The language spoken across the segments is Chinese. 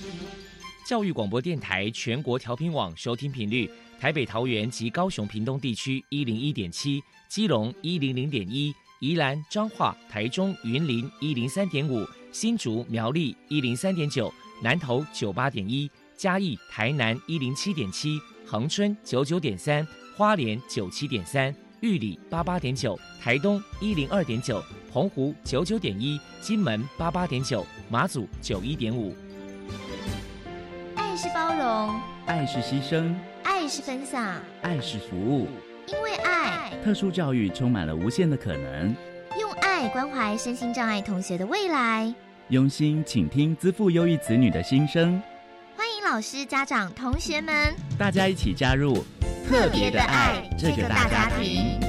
教育广播电台全国调频网收听频率：台北、桃园及高雄屏东地区101.7，基隆100.1，宜兰、彰化、台中、云林103.5，新竹、苗栗103.9，南投98.1，嘉义、台南107.7，恒春99.3，花莲97.3，玉里88.9，台东102.9，澎湖99.1，金门88.9，马祖91.5。 爱是包容， 爱是牺牲， 爱是分享， 爱是服务。 因为爱， 特殊教育充满了无限的可能。 用爱关怀身心障碍同学的未来， 用心倾听资赋优异子女的心声。 欢迎老师、家长、同学们， 大家一起加入特别的爱这个大家庭。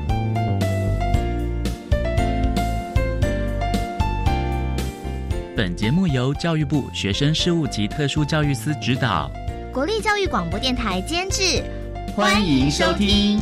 本节目由教育部学生事务及特殊教育司指导， 国立教育广播电台监制， 欢迎收听。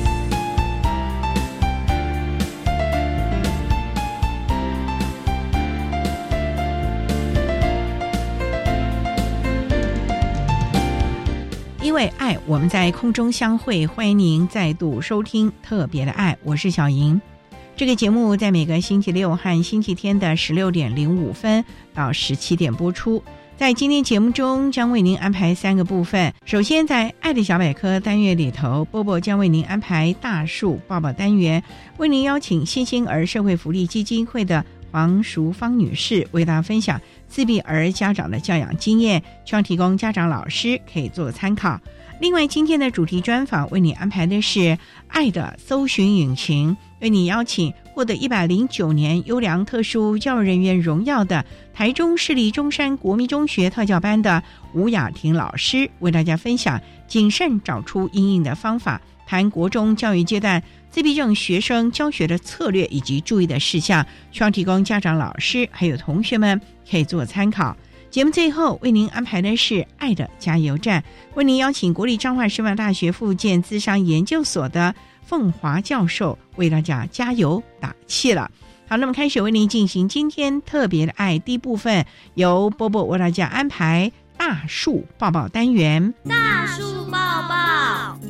因为爱，我们在空中相会，欢迎您再度收听特别的爱，我是小莹。这个节目在每个星期六和星期天的16点05分到17点播出。在今天节目中将为您安排3个部分。首先在爱的小百科单元里头，波波将为您安排大树抱抱单元，为您邀请新兴儿社会福利基金会的黄淑芳女士为大家分享自闭儿家长的教养经验，希望提供家长老师可以做参考。另外今天的主题专访为你安排的是爱的搜寻引擎，为你邀请获得109年优良特殊教育人员荣耀的台中市立中山国民中学特教班的吴雅婷老师，为大家分享谨慎找出因应的方法，谈国中教育阶段自闭症学生教学的策略以及注意的事项，希望提供家长老师还有同学们可以做参考。节目最后为您安排的是爱的加油站，为您邀请国立彰化师范大学复健咨商研究所的凤华教授为大家加油打气了。好，那么开始为您进行今天特别的爱第一部分，由波波为大家安排大树抱抱单元。 大树抱抱，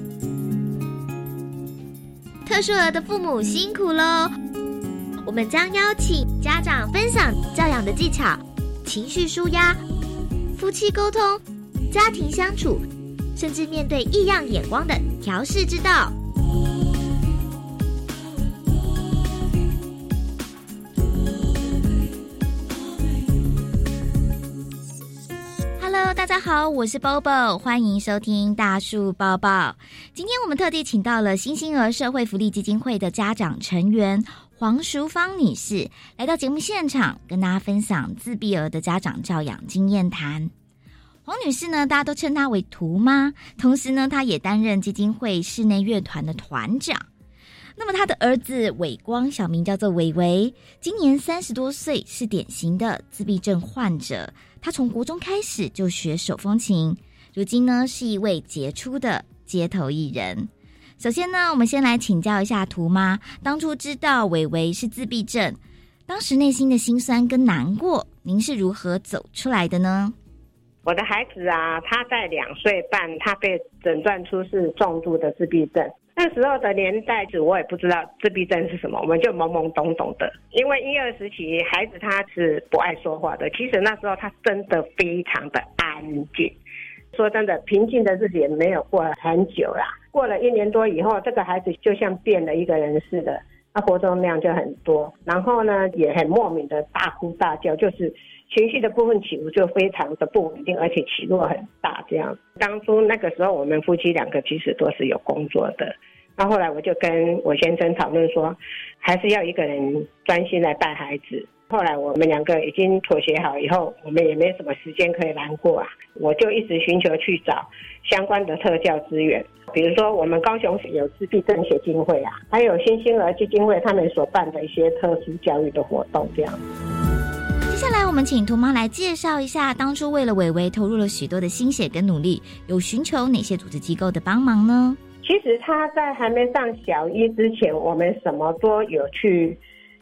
特殊儿的父母辛苦咯，我们将邀请家长分享教养的技巧、情绪抒压、夫妻沟通、家庭相处，甚至面对异样眼光的调适之道。Hello， 大家好，我是 Bobo， 欢迎收听大树抱抱。今天我们特地请到了新兴儿社会福利基金会的家长成员黄淑芳女士来到节目现场，跟大家分享自闭儿的家长教养经验谈。黄女士呢，大家都称她为图妈，同时呢，她也担任基金会室内乐团的团长。那么她的儿子伟光，小名叫做伟伟，今年30多岁，是典型的自闭症患者。他从国中开始就学手风琴，如今呢是一位杰出的街头艺人。首先呢，我们先来请教一下图妈，当初知道伟伟是自闭症，当时内心的辛酸跟难过，您是如何走出来的呢？ 我的孩子啊，他在2岁半，他被诊断出是重度的自闭症。那时候的年代我也不知道自闭症是什么，我们就懵懵懂懂的。因为婴儿时期孩子他是不爱说话的，其实那时候他真的非常的安静。说真的，平静的日子也没有过很久啦。过了1年多以后，这个孩子就像变了一个人似的，他活动量就很多，然后呢也很莫名的大哭大叫，就是情绪的部分起伏就非常的不稳定，而且起落很大这样。当初那个时候我们夫妻2个其实都是有工作的，那后来我就跟我先生讨论说，还是要一个人专心来带孩子。后来我们2个已经妥协好以后，我们也没什么时间可以难过啊，我就一直寻求去找相关的特教资源，比如说我们高雄有自闭症协进会啊，还有新兴儿基金会他们所办的一些特殊教育的活动这样。 接下来我们请图妈来介绍一下，当初为了伟伟投入了许多的心血跟努力，有寻求哪些组织机构的帮忙呢？ 其实他在还没上小1之前，我们什么都有去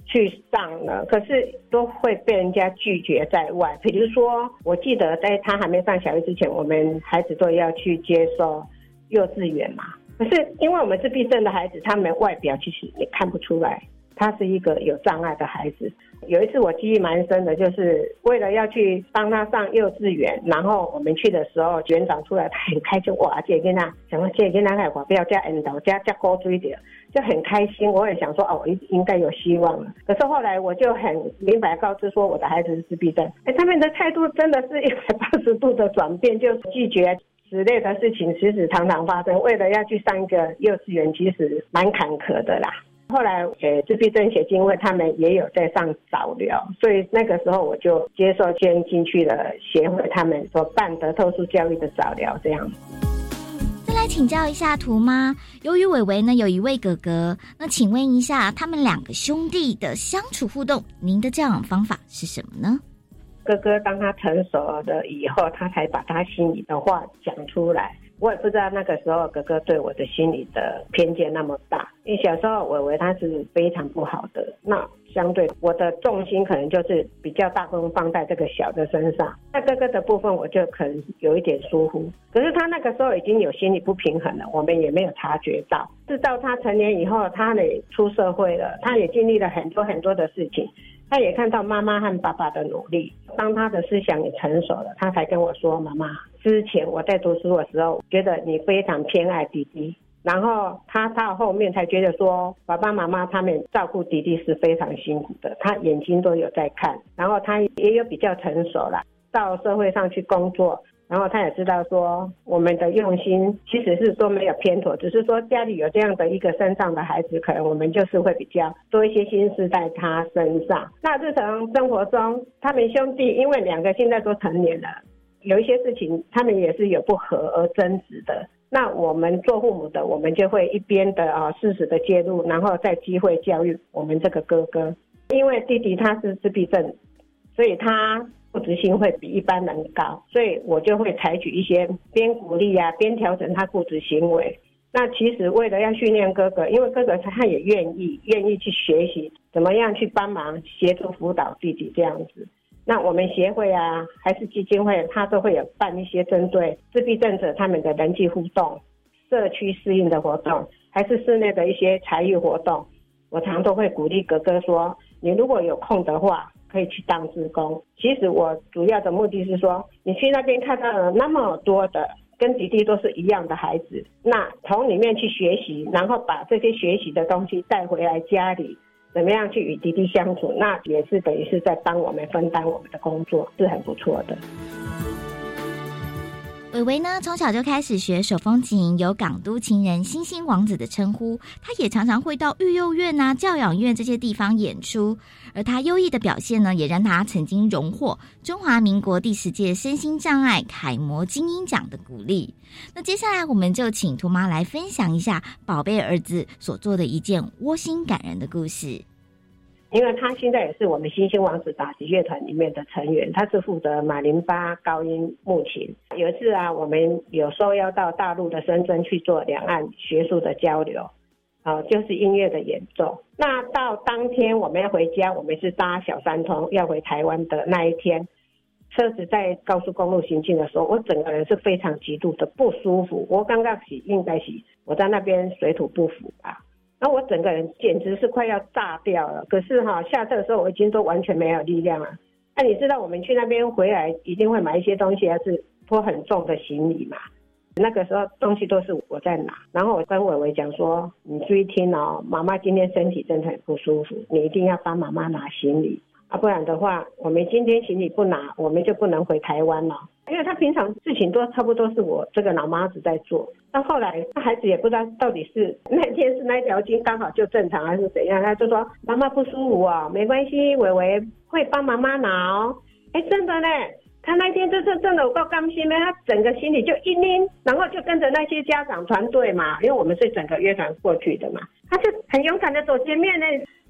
去上了，可是都会被人家拒绝在外。比如说我记得在他还没上小学之前，我们孩子都要去接受幼稚园嘛，可是因为我们自闭症的孩子，他们外表其实也看不出来他是一个有障碍的孩子。有一次我记忆蛮深的，就是为了要去帮他上幼稚园，然后我们去的时候园长出来，他很开心，哇，这个他想说这个他来不要加引导加高追点，就很开心。我也想说我应该有希望了。可是后来我就很明白告知说我的孩子是自闭症，他们的态度真的是180度的转变，就拒绝之类的事情其实常常发生。为了要去上一个幼稚园，其实蛮坎坷的啦。后来自闭症协进会他们也有在上早疗，所以那个时候我就接受先进去了协会他们所办的特殊教育的早疗这样。 再来请教一下图妈，由于伟伟呢有一位哥哥，那请问一下他们2个兄弟的相处互动，您的教养方法是什么呢？ 哥哥当他成熟了以后，他才把他心里的话讲出来。我也不知道那个时候哥哥对我的心理的偏见那么大，因为小时候伟伟他是非常不好的，那相对我的重心可能就是比较大部分放在这个小的身上，那哥哥的部分我就可能有一点疏忽。可是他那个时候已经有心理不平衡了，我们也没有察觉到，直到他成年以后，他也出社会了，他也经历了很多很多的事情，他也看到妈妈和爸爸的努力，当他的思想也成熟了，他才跟我说，妈妈，之前我在读书的时候觉得你非常偏爱弟弟，然后他到后面才觉得说爸爸妈妈他们照顾弟弟是非常辛苦的，他眼睛都有在看，然后他也有比较成熟了，到社会上去工作，然后他也知道说我们的用心其实是说没有偏颇，只是说家里有这样的一个身上的孩子，可能我们就是会比较多一些心思在他身上。那日常生活中他们兄弟因为2个现在都成年了，有一些事情他们也是有不和而争执的，那我们做父母的，我们就会一边的适时的介入，然后再机会教育我们这个哥哥。因为弟弟他是自闭症，所以他固执性会比一般人高，所以我就会采取一些边鼓励啊边调整他固执行为。那其实为了要训练哥哥，因为哥哥他也愿意去学习怎么样去帮忙协助辅导弟弟这样子。那我们协会啊还是基金会，他都会有办一些针对自闭症者他们的人际互动、社区适应的活动，还是室内的一些才艺活动。我常都会鼓励哥哥说，你如果有空的话可以去当志工。其实我主要的目的是说，你去那边看到了那么多的跟弟弟都是一样的孩子，那从里面去学习，然后把这些学习的东西带回来家里，怎么样去与弟弟相处，那也是等于是在帮我们分担我们的工作，是很不错的。 伟伟呢，从小就开始学手风琴，有港都情人星星王子的称呼。他也常常会到育幼院啊、教养院这些地方演出，而他优异的表现呢，也让他曾经荣获中华民国第10届身心障碍楷模精英奖的鼓励。那接下来我们就请图妈来分享一下宝贝儿子所做的一件窝心感人的故事。 因为他现在也是我们星星王子打击乐团里面的成员，他是负责马林巴高音木琴。有一次啊，我们有受邀到大陆的深圳去做两岸学术的交流，就是音乐的演奏。那到当天我们要回家，我们是搭小三通要回台湾的那一天，车子在高速公路行进的时候，我整个人是非常极度的不舒服。我刚刚应该是我在那边水土不服吧，然后我整个人简直是快要炸掉了。可是下车的时候我已经都完全没有力量了。那你知道我们去那边回来一定会买一些东西，还是拖很重的行李嘛？那个时候东西都是我在拿，然后我跟伟伟讲说，你注意听哦，妈妈今天身体真的很不舒服，你一定要帮妈妈拿行李啊，不然的话我们今天行李不拿，我们就不能回台湾了。因为他平常事情都差不多是我这个老妈子在做，到后来他孩子也不知道到底是那天是那条筋刚好就正常还是怎样，他就说妈妈不舒服啊，没关系，伟伟会帮妈妈拿哦。真的呢，他那天就是真的有够甘心的，他整个行李就一拎，然后就跟着那些家长团队嘛，因为我们是整个乐团过去的嘛，他就很勇敢的走前面呢，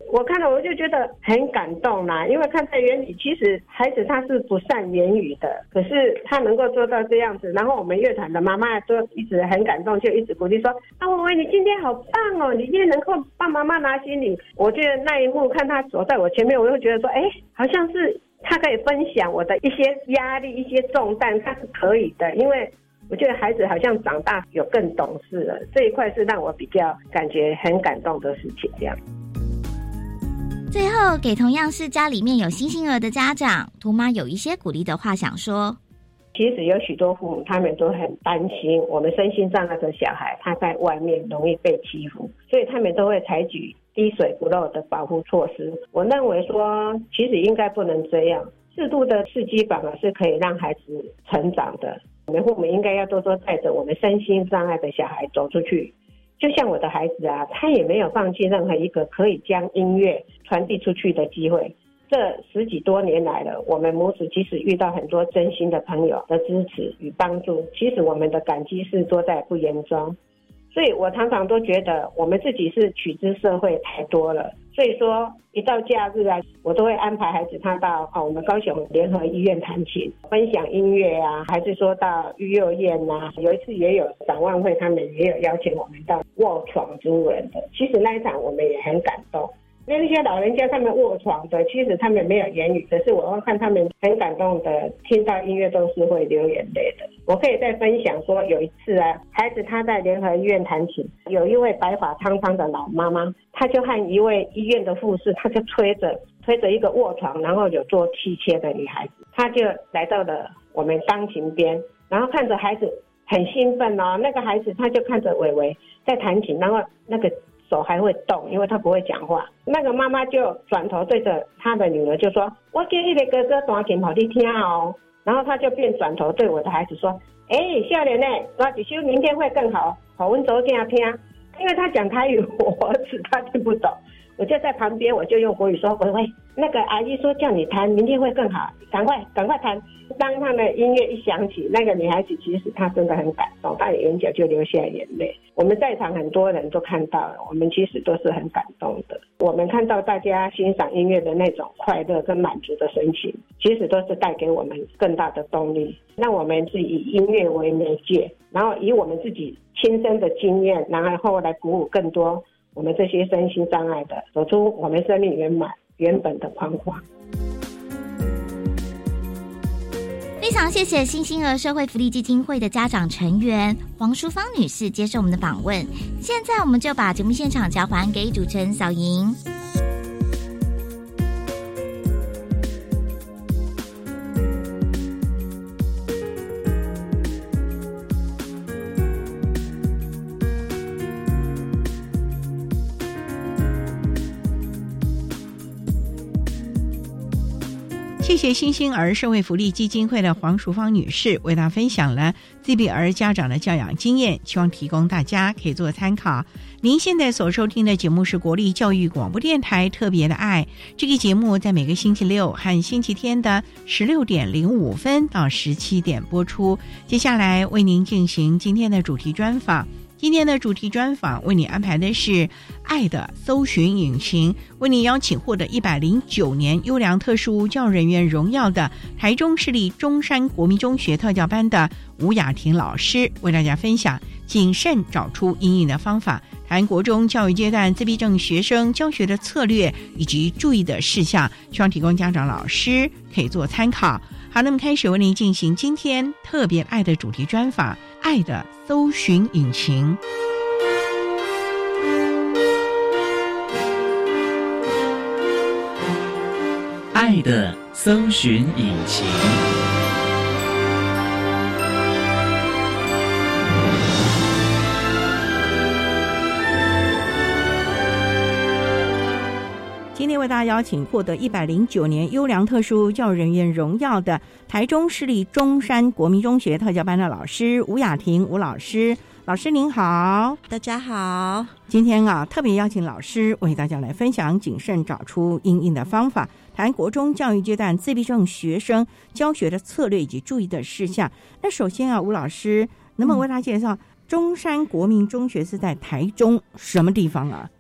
我看了我就觉得很感动啦，因为看在眼里，其实孩子他是不善言语的，可是他能够做到这样子，然后我们乐团的妈妈就一直很感动，就一直鼓励说啊，伟伟你今天好棒哦，你今天能够帮妈妈拿行李。我觉得那一幕看他走在我前面，我就觉得说，好像是他可以分享我的一些压力、一些重担，他是可以的，因为我觉得孩子好像长大有更懂事了，这一块是让我比较感觉很感动的事情。这样， 最后给同样是家里面有新sinh儿的家长，图妈有一些鼓励的话想说。 其实有许多父母他们都很担心我们身心障碍的小孩他在外面容易被欺负，所以他们都会采取滴水不漏的保护措施。我认为说其实应该不能这样，适度的刺激反而是可以让孩子成长的。我们父母应该要多多带着我们身心障碍的小孩走出去，就像我的孩子啊，他也没有放弃任何一个可以将音乐传递出去的机会。这10几多年来了，我们母子即使遇到很多真心的朋友的支持与帮助，其实我们的感激是多在不言中。所以我常常都觉得我们自己是取之社会太多了，所以说一到假日啊，我都会安排孩子他到我们高雄联合医院弹琴分享音乐啊，还是说到育幼院啊，有一次也有展望会，他们也有邀请我们到卧床植物人的，其实那一场我们也很感动。那些老人家他们卧床的，其实他们没有言语，可是我会看他们很感动的，听到音乐都是会流眼泪的。我可以再分享说，有一次啊，孩子他在联合医院弹琴，有一位白发苍苍的老妈妈，她就和一位医院的护士，她就推着一个卧床，然后有做气切的女孩子，她就来到了我们钢琴边，然后看着孩子很兴奋哦，那个孩子他就看着伟伟在弹琴，然后那个手还会动，因为他不会讲话。那个妈妈就转头对着他的女儿就说，我叫那个哥哥弹琴给你听哦。然后他就变转头对我的孩子说，少年呢，抓几首明天会更好，好温柔听听。因为他讲台语，我儿子他听不懂，我就在旁边，我就用国语说，喂，那个阿姨说叫你弹，明天会更好，赶快弹。当他的音乐一响起，那个女孩子其实她真的很感动，她的眼角就流下眼泪。我们在场很多人都看到了，我们其实都是很感动的。我们看到大家欣赏音乐的那种快乐跟满足的神情，其实都是带给我们更大的动力，让我们是以音乐为媒介，然后以我们自己亲身的经验，然后来鼓舞更多我们这些身心障碍的，走出我们生命原本的框框。 非常谢谢新sinh儿社会福利基金会的家长成员黄淑芳女士接受我们的访问。现在我们就把节目现场交还给主持人小莹。 谢谢新sinh儿社会福利基金会的黄淑芳女士为大家分享了自闭儿家长的教养经验，希望提供大家可以做参考。您现在所收听的节目是国立教育广播电台特别的爱，这个节目在每个星期六和星期天的16点05分到17点播出。接下来为您进行今天的主题专访。今天的主题专访为你安排的是爱的搜寻引擎，为你邀请获得109年优良特殊教育人员荣耀的台中市立中山国民中学特教班的吴雅婷老师，为大家分享谨慎找出因应的方法，谈国中教育阶段自闭症学生教学的策略以及注意的事项，希望提供家长老师可以做参考。好，那么开始为您进行今天特别爱的主题专访，爱的搜寻引擎。 爱的搜寻引擎。 今天为大家邀请获得109年优良特殊教育人员荣耀的台中市立中山国民中学特教班的老师吴雅婷吴老师。老师您好。 大家好。 今天特别邀请老师为大家来分享谨慎找出因应的方法，谈国中教育阶段自闭症学生教学的策略以及注意的事项。那首先吴老师能不能为大家介绍中山国民中学是在台中什么地方啊？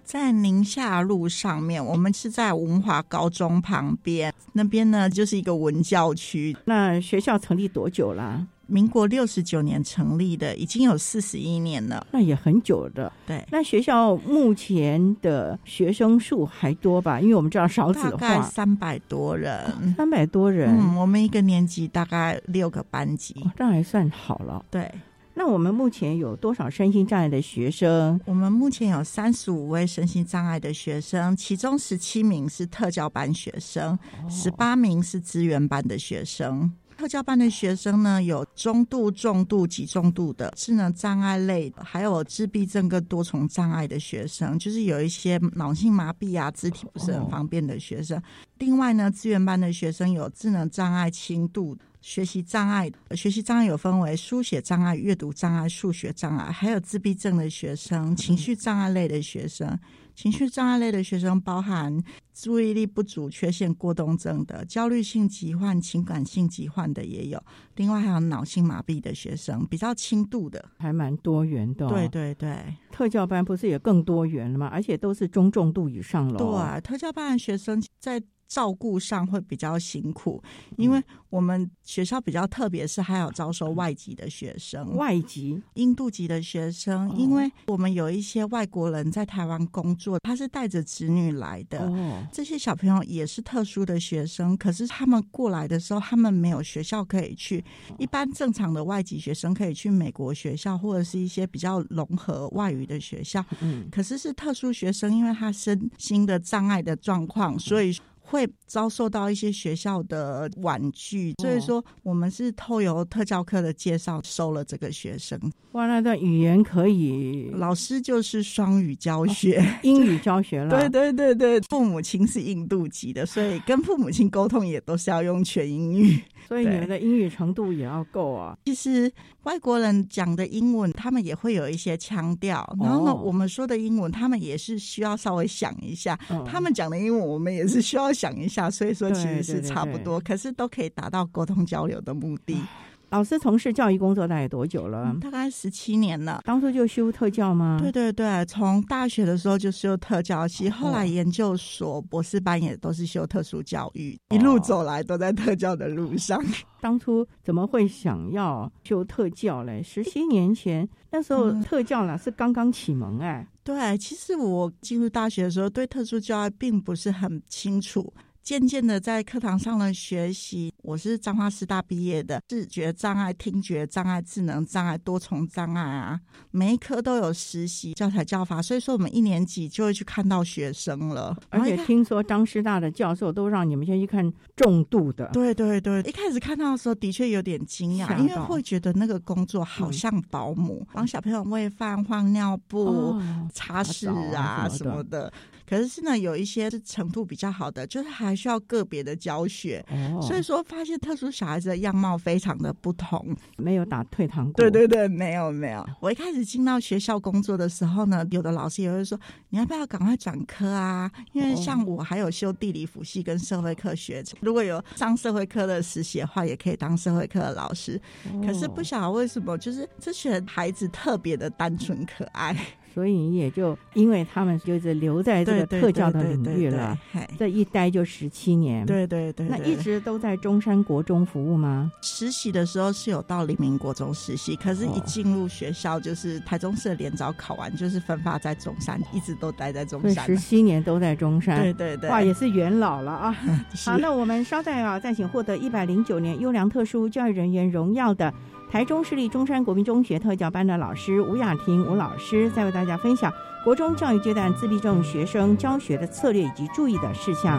在宁夏路上面，我们是在文华高中旁边，那边呢就是一个文教区。 那学校成立多久了？ 民国69年成立的，已经有41年了， 那也很久的。 对， 那学校目前的学生数还多吧？因为我们知道少子化， 大概300多人。 300多人， 我们一个年级大概6个班级， 这还算好了。 对。 那我们目前有多少身心障碍的学生？ 我们目前有35位身心障碍的学生，其中17名是特教班学生，18名是资源班的学生。特教班的学生呢，有中度、重度及重度的智能障碍类，还有自闭症跟多重障碍的学生，就是有一些脑性麻痹啊、肢体不是很方便的学生。另外呢，资源班的学生有智能障碍轻度、学习障碍有分为书写障碍、阅读障碍、数学障碍，还有自闭症的学生、情绪障碍类的学生。情绪障碍类的学生包含注意力不足缺陷过动症的、焦虑性疾患、情感性疾患的也有，另外还有脑性麻痹的学生，比较轻度的， 还蛮多元的。 对对对， 特教班不是也更多元了吗？而且都是中重度以上了。 对，特教班的学生在照顾上会比较辛苦，因为我们学校比较特别，是还有招收外籍的学生， 外籍印度籍的学生，因为我们有一些外国人在台湾工作，他是带着子女来的，这些小朋友也是特殊的学生，可是他们过来的时候，他们没有学校可以去，一般正常的外籍学生可以去美国学校或者是一些比较融合外语的学校，可是特殊学生，因为他身心的障碍的状况，所以会遭受到一些学校的婉拒，所以说我们是透由特教课的介绍收了这个学生。 哇，那的语言可以， 老师就是双语教学， 英语教学了。 对对对对，父母亲是印度籍的，所以跟父母亲沟通也都是要用全英语。 所以你们的英语程度也要够啊。 其实外国人讲的英文，他们也会有一些腔调，然后呢，我们说的英文，他们也是需要稍微想一下，他们讲的英文，我们也是需要想一下，所以说其实是差不多，可是都可以达到沟通交流的目的。 老师从事教育工作大概多久了？ 大概17年了。 当初就修特教吗？ 对对对，从大学的时候就修特教系，后来研究所、博士班也都是修特殊教育，一路走来都在特教的路上。 当初怎么会想要修特教嘞？17年前那时候特教啦是刚刚启蒙哎。 对，其实我进入大学的时候对特殊教育并不是很清楚，渐渐的在课堂上的学习，我是彰化师大毕业的，视觉障碍、听觉障碍、智能障碍、多重障碍啊，每一科都有实习教材教法，所以说我们1年级就会去看到学生了。 而且听说彰师大的教授都让你们先去看重度的。 对对对，一开始看到的时候的确有点惊讶，因为会觉得那个工作好像保姆，帮小朋友喂饭、换尿布、擦拭啊什么的。可是呢，有一些是程度比较好的，就是还需要个别的教学，所以说发现特殊小孩子的样貌非常的不同。 没有打退堂鼓。 对对对，没有没有。我一开始进到学校工作的时候呢，有的老师也会说，你要不要赶快转科啊？因为像我还有修地理辅系跟社会科学程，如果有上社会科的实习的话，也可以当社会科的老师。可是不晓得为什么，就是这些孩子特别的单纯可爱。 所以你也就因为他们就是留在这个特教的领域了，这一待就17年。 对对 对， 那一直都在中山国中服务吗？ 实习的时候是有到黎明国中实习，可是一进入学校就是台中市的联招考完，就是分发在中山，一直都待在中山。 17年都在中山。 对对对， 哇，也是元老了啊。好，那我们稍待啊，再请获得109年优良特殊教育人员荣耀的台中市立中山国民中学特教班的老师吴雅婷吴老师，再为大家分享国中教育阶段自闭症学生教学的策略以及注意的事项。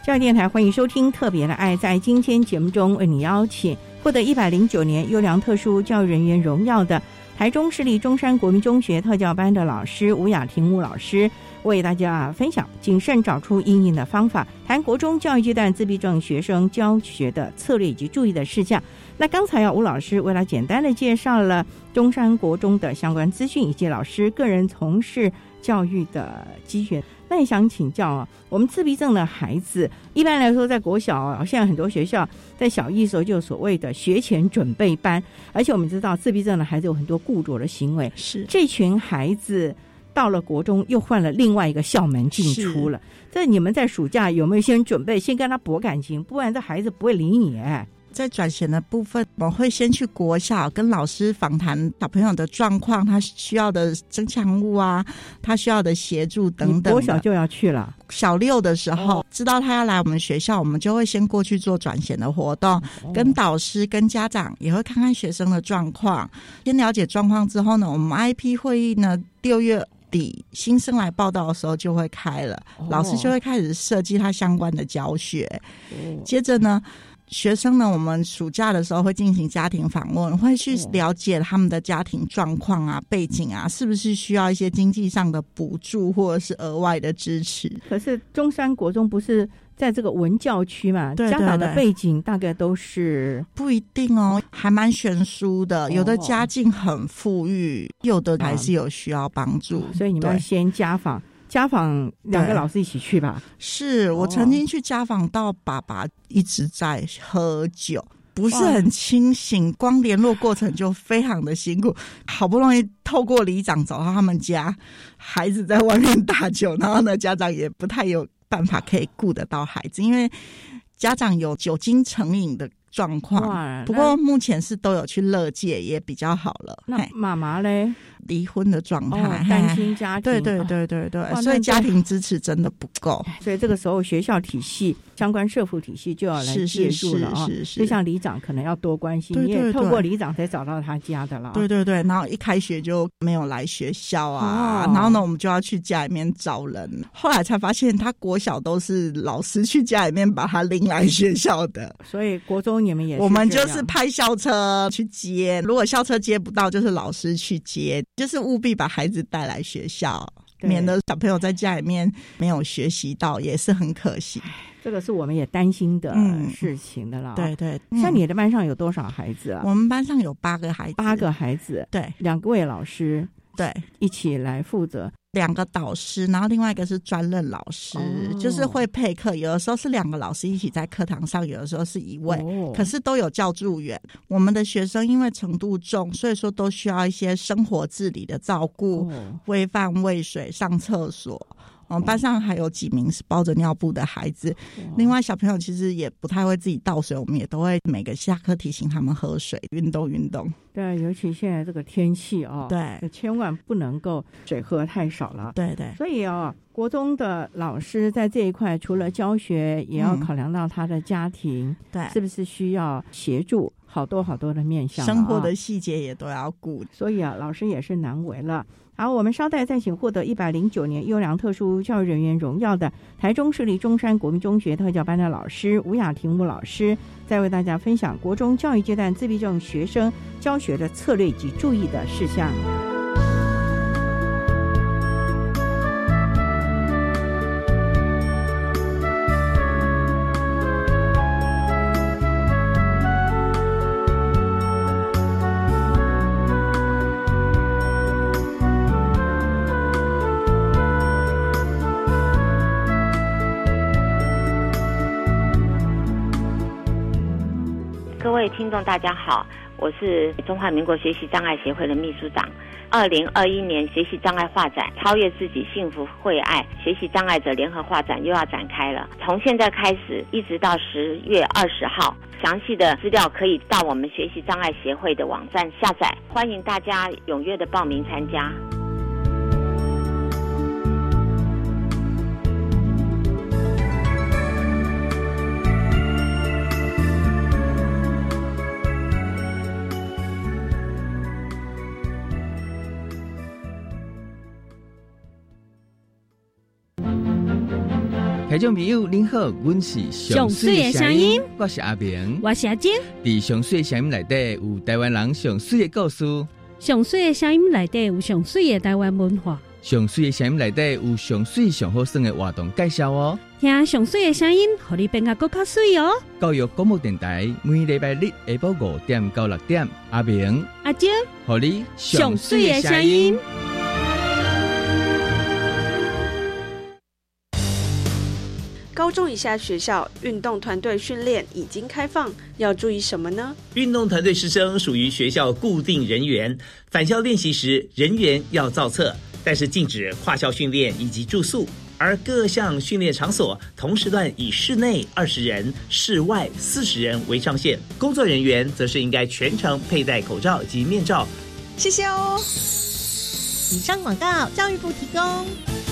教育电台欢迎收听特别的爱，在今天节目中为你邀请获得109年优良特殊教育人员荣耀的台中市立中山国民中学特教班的老师吴雅婷吴老师，为大家分享谨慎找出因应的方法，谈国中教育阶段自闭症学生教学的策略以及注意的事项。那刚才吴老师为了简单的介绍了中山国中的相关资讯以及老师个人从事教育的机缘。那也想请教我们自闭症的孩子一般来说在国小现在很多学校在小一的时候就有所谓的学前准备班，而且我们知道自闭症的孩子有很多固着的行为， 是这群孩子到了国中又换了另外一个校门进出了，这你们在暑假有没有先准备，先跟他博感情，不然这孩子不会理你在转衔的部分，我们会先去国小跟老师访谈小朋友的状况，他需要的增强物啊，他需要的协助等等的。 国小就要去了， 小6的时候知道他要来我们学校，我们就会先过去做转衔的活动，跟导师跟家长也会看看学生的状况，先了解状况之后呢，我们 IP 会议呢6月底新生来报到的时候就会开了，老师就会开始设计他相关的教学，接着呢学生呢，我们暑假的时候会进行家庭访问，会去了解他们的家庭状况啊、背景啊，是不是需要一些经济上的补助或者是额外的支持。 可是中山国中不是在这个文教区嘛， 对对对， 家长的背景大概都是不一定还蛮悬殊的，有的家境很富裕，有的还是有需要帮助， 所以你们要先家访2个老师一起去吧。 是我曾经去家访到爸爸一直在喝酒，不是很清醒，光联络过程就非常的辛苦，好不容易透过里长找到他们家，孩子在外面打酒，然后呢家长也不太有办法可以顾得到孩子，因为家长有酒精成瘾的状况，不过目前是都有去勒戒，也比较好了。 那妈妈嘞？ 离婚的状态， 单亲家庭， 对，所以家庭支持真的不够， 所以这个时候学校体系相关社福体系就要来介入了就像里长可能要多关心，你也透过里长才找到他家的了。 对，然后一开学就没有来学校啊，然后呢我们就要去家里面找人，后来才发现他国小都是老师去家里面把他拎来学校的， 所以国中你们也是， 我们就是派校车去接，如果校车接不到就是老师去接，就是务必把孩子带来学校，免得小朋友在家里面没有学习到，也是很可惜。 这个是我们也担心的事情的了。 对， 像你的班上有多少孩子啊？ 我们班上有8个孩子。 8个孩子， 对 ，2位老师， 对， 一起来负责。 2个导师，然后另外一个是专任老师，就是会配课，有的时候是2个老师一起在课堂上，有的时候是1位，可是都有教助员。我们的学生因为程度重，所以说都需要一些生活自理的照顾，喂饭喂水上厕所。我们班上还有几名是包着尿布的孩子，另外小朋友其实也不太会自己倒水，我们也都会每个下课提醒他们喝水、运动。 对，尤其现在这个天气对， 千万不能够水喝太少了。 对， 所以国中的老师在这一块除了教学，也要考量到他的家庭， 对， 是不是需要协助好多的面向， 生活的细节也都要顾， 所以老师也是难为了。好，我们稍待再请获得109年优良特殊教育人员荣耀的台中市立中山国民中学特教班的老师吴雅婷吴老师，再为大家分享国中教育阶段自闭症学生教学的策略及注意的事项。 各位听众大家好，我是中华民国学习障碍协会的秘书长。2021年学习障碍画展超越自己幸福惠爱学习障碍者联合画展又要展开了，从现在开始一直到10月20号，详细的资料可以到我们学习障碍协会的网站下载，欢迎大家踊跃的报名参加。 听众朋友您好，阮是上水的声音，我是阿明， 我是阿晶。 伫上水的声音内底有台湾人上水的故事， 上水的声音内底有上水的台湾文化， 上水的声音内底有上水上好耍的活动介绍哦。 听上水的声音，互你变甲更较水哦。 教育广播电台每礼拜日下晡5点到6点，阿明、 阿晶， 互你上水的声音。 高中以下学校运动团队训练已经开放，要注意什么呢？ 运动团队师生属于学校固定人员，返校练习时人员要造册，但是禁止跨校训练以及住宿。而各项训练场所同时段以室内20人、室外40人为上限，工作人员则是应该全程佩戴口罩及面罩。 谢谢哦。以上广告，教育部提供。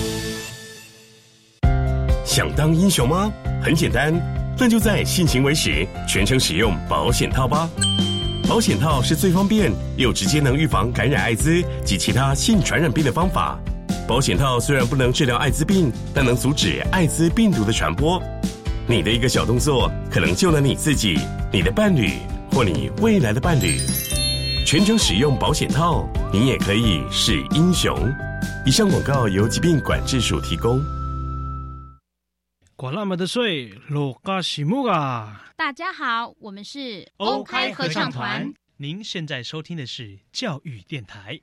想当英雄吗？很简单，那就在性行为时全程使用保险套吧。保险套是最方便又直接能预防感染艾滋及其他性传染病的方法。保险套虽然不能治疗艾滋病，但能阻止艾滋病毒的传播。你的一个小动作，可能救了你自己、你的伴侣或你未来的伴侣。全程使用保险套，你也可以是英雄。以上广告由疾病管制署提供。 管那么的水，落嘎西木啊！ 大家好，我们是欧开合唱团。您现在收听的是教育电台。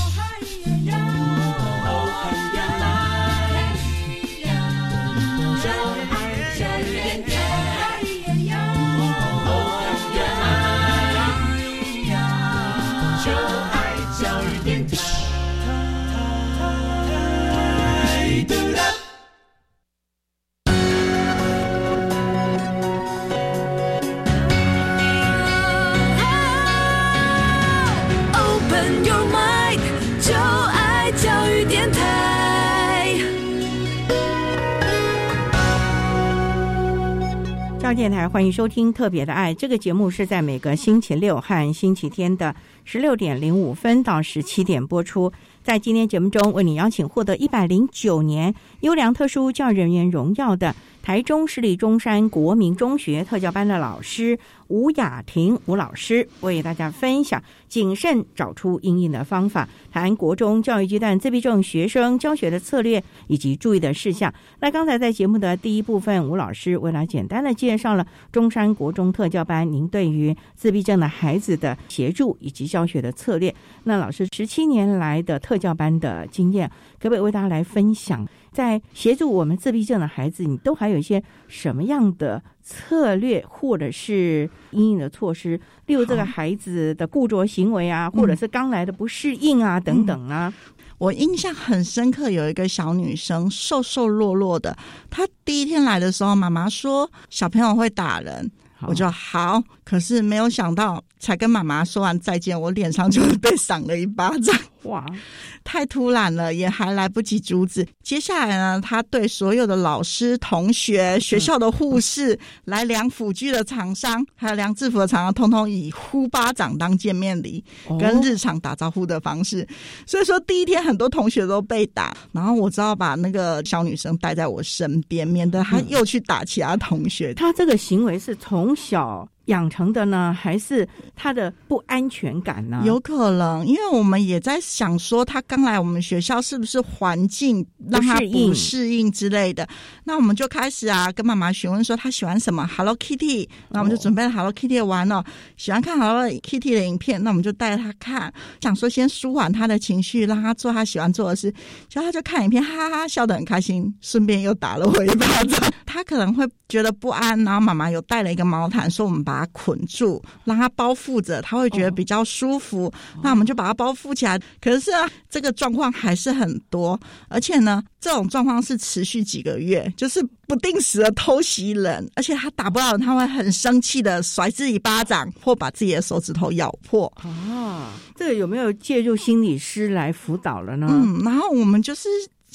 教育电台，欢迎收听特别的爱。这个节目是在每个星期六和星期天的16点05分到17点播出。在今天节目中，为你邀请获得109年优良特殊教育人员荣耀的台中市立中山国民中学特教班的老师吴雅婷吴老师，为大家分享谨慎找出因应的方法，谈国中教育阶段自闭症学生教学的策略以及注意的事项。那刚才在节目的第一部分，吴老师为了简单的介绍了中山国中特教班您对于自闭症的孩子的协助以及教学的策略。那老师17年来的特教班的经验，可不可以为大家来分享，在协助我们自闭症的孩子，你都还有一些什么样的策略或者是因应的措施，例如这个孩子的固着行为啊，或者是刚来的不适应啊等等啊。 我印象很深刻，有一个小女生瘦瘦弱弱的，她第一天来的时候，妈妈说小朋友会打人，我就好，可是没有想到才跟妈妈说完再见，我脸上就被赏了一巴掌。哇，太突然了，也还来不及阻止。接下来呢，他对所有的老师、同学、学校的护士、来量辅具的厂商，还有量制服的厂商，通通以呼巴掌当见面礼，跟日常打招呼的方式。所以说第一天很多同学都被打，然后我只好把那个小女生带在我身边，免得她又去打其他同学。 她这个行为是从小养成的呢，还是他的不安全感呢？ 有可能，因为我们也在想说，他刚来我们学校是不是环境让他不适应之类的。那我们就开始跟妈妈询问说他喜欢什么 Hello Kitty， 那我们就准备了 Hello Kitty 的玩偶，喜欢看 Hello Kitty 的影片，那我们就带着他看，想说先舒缓他的情绪，让他做他喜欢做的事。结果他就看影片，哈哈笑得很开心，顺便又打了我一巴掌。他可能会觉得不安，然后妈妈有带了一个毛毯，说我们把他捆住，让他包覆着，他会觉得比较舒服。那我们就把他包覆起来。可是这个状况还是很多，而且呢，这种状况是持续几个月，就是不定时的偷袭人，而且他打不到人，他会很生气的甩自己巴掌，或把自己的手指头咬破。 这个有没有介入心理师来辅导了呢？ 然后我们就是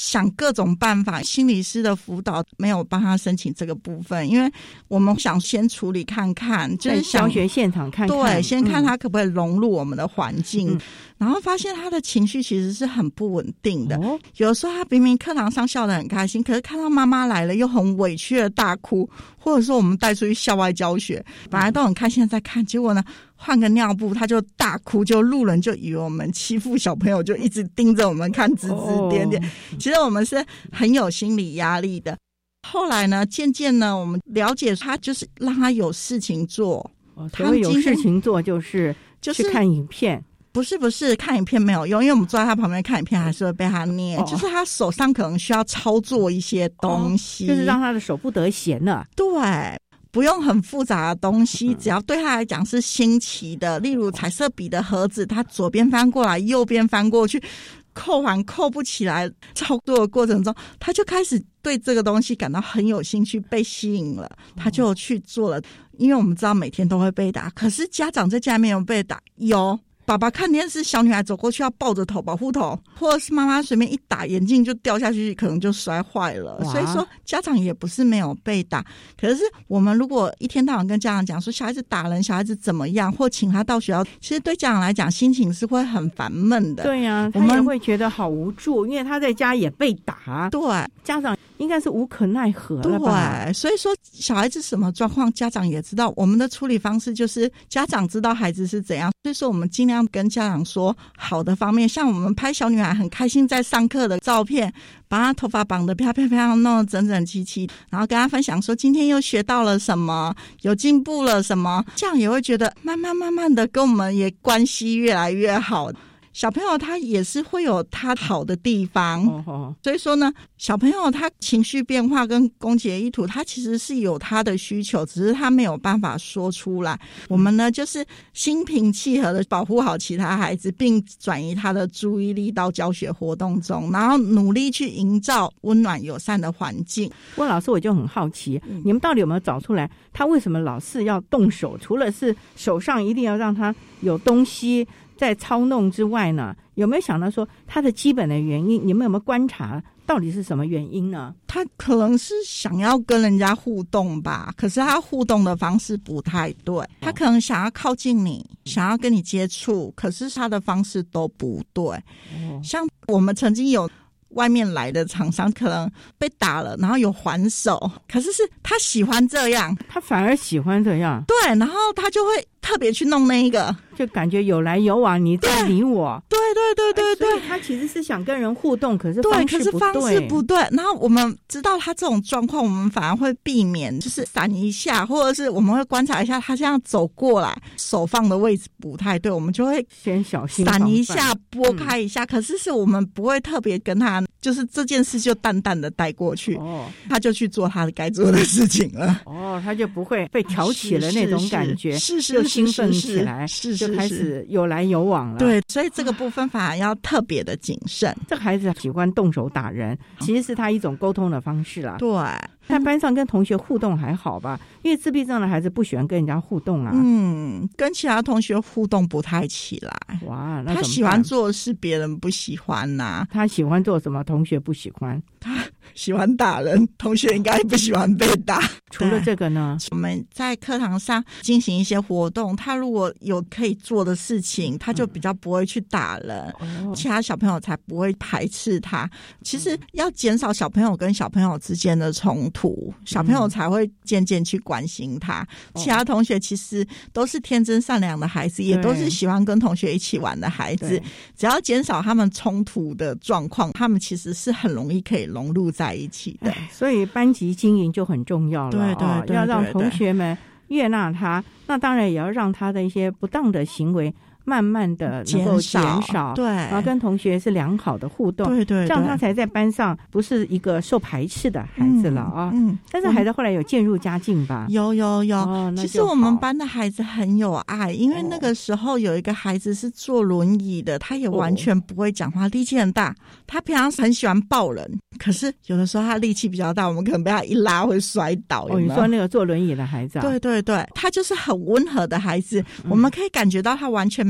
想各种办法，心理师的辅导没有帮他申请这个部分，因为我们想先处理看看，就是教学现场看看， 对，先看他可不可以融入我们的环境，然后发现他的情绪其实是很不稳定的。有的时候他明明课堂上笑得很开心，可是看到妈妈来了又很委屈的大哭，或者说我们带出去校外教学，本来都很开心的在看，结果呢换个尿布他就大哭，就路人就以为我们欺负小朋友，就一直盯着我们看，指指点点。其实我们是很有心理压力的。后来呢，渐渐呢，我们了解他就是让他有事情做。 他会有事情做，就是去看影片。 不是看影片没有用，因为我们坐在他旁边看影片还是会被他念，就是他手上可能需要操作一些东西， 就是让他的手不得闲了。 对，不用很复杂的东西，只要对他来讲是新奇的，例如彩色笔的盒子，他左边翻过来右边翻过去，扣环扣不起来，操作的过程中他就开始对这个东西感到很有兴趣，被吸引了，他就去做了。因为我们知道每天都会被打，可是家长在家里面有被打，有爸爸看电视，小女孩走过去要抱着头保护头，或者是妈妈随便一打眼镜就掉下去，可能就摔坏了。所以说家长也不是没有被打，可是我们如果一天到晚跟家长讲说小孩子打人，小孩子怎么样，或请他到学校，其实对家长来讲心情是会很烦闷的。 对啊，他也会觉得好无助，因为他在家也被打。 对， 家长应该是无可奈何了吧。 对，所以说小孩子什么状况家长也知道，我们的处理方式就是家长知道孩子是怎样，所以说我们尽量跟家长说好的方面，像我们拍小女孩很开心在上课的照片，把她头发绑得漂漂亮，弄得整整齐齐，然后跟她分享说今天又学到了什么，有进步了什么，这样也会觉得慢慢的跟我们也关系越来越好。小朋友他也是会有他好的地方，所以说呢，小朋友他情绪变化跟攻击的意图，他其实是有他的需求，只是他没有办法说出来。我们呢就是心平气和的保护好其他孩子，并转移他的注意力到教学活动中，然后努力去营造温暖友善的环境。 温老师，我就很好奇，你们到底有没有找出来他为什么老是要动手？除了是手上一定要让他有东西在操弄之外呢，有没有想到说他的基本的原因？你们有没有观察到底是什么原因呢？ 他可能是想要跟人家互动吧，可是他互动的方式不太对。他可能想要靠近你，想要跟你接触，可是他的方式都不对。像我们曾经有外面来的厂商可能被打了，然后有还手，可是他喜欢这样， 他反而喜欢这样。 对，然后他就会特别去弄那一个， 就感觉有来有往，你在理我。 对， 所以他其实是想跟人互动，可是方式不对。然后我们知道他这种状况，我们反而会避免，就是闪一下，或者是我们会观察一下他这样走过来，手放的位置不太对，我们就会先小心闪一下，拨开一下。可是我们不会特别跟他，就是这件事就淡淡的带过去，他就去做他的该做的事情了。 他就不会被挑起了那种感觉，就兴奋起来，就开始有来有往了。 对，所以这个部分反而要特别的谨慎。 这个孩子喜欢动手打人，其实是他一种沟通的方式啦。 对， 在班上跟同学互动还好吧，因为自闭症的孩子不喜欢跟人家互动啊。 跟其他同学互动不太起来。 哇，那他喜欢做的事别人不喜欢啊。 他喜欢做什么同学不喜欢？ 他喜欢打人，同学应该不喜欢被打。 除了这个呢， 我们在课堂上进行一些活动，他如果有可以做的事情，他就比较不会去打人，其他小朋友才不会排斥他。其实要减少小朋友跟小朋友之间的冲突，小朋友才会渐渐去关心他。其他同学其实都是天真善良的孩子，也都是喜欢跟同学一起玩的孩子，只要减少他们冲突的状况，他们其实是很容易可以融入在一起的。 所以班级经营就很重要了。对，要让同学们悦纳他，那当然也要让他的一些不当的行为慢慢的能够减少， 对， 然后跟同学是良好的互动， 对， 这样他才在班上不是一个受排斥的孩子了啊。但是孩子后来有渐入佳境吧？ 有。其实我们班的孩子很有爱，因为那个时候有一个孩子是坐轮椅的，他也完全不会讲话，力气很大。他平常很喜欢抱人，可是有的时候他力气比较大，我们可能被他一拉会摔倒。 你说那个坐轮椅的孩子啊？ 对，他就是很温和的孩子，我们可以感觉到他完全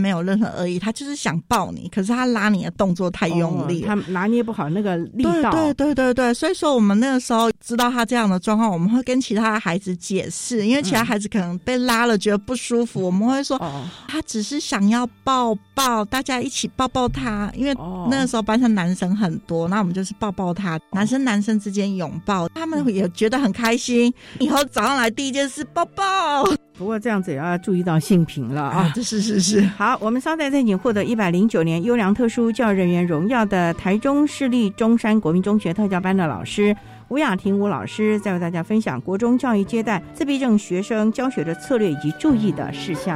没有任何恶意，他就是想抱你，可是他拉你的动作太用力， 他拿捏不好那个力道。 对，所以说我们那个时候知道他这样的状况，我们会跟其他的孩子解释，因为其他孩子可能被拉了觉得不舒服，我们会说他只是想要抱抱，大家一起抱抱他，因为那个时候班上男生很多，那我们就是抱抱他，男生之间拥抱，他们也觉得很开心，以后早上来第一件事抱抱。 不过这样子也要注意到性平了啊！ 是。 好，我们稍待再请获得109年优良特殊教育人员荣耀的台中市立中山国民中学特教班的老师吴雅婷吴老师，再为大家分享国中教育阶段自闭症学生教学的策略以及注意的事项。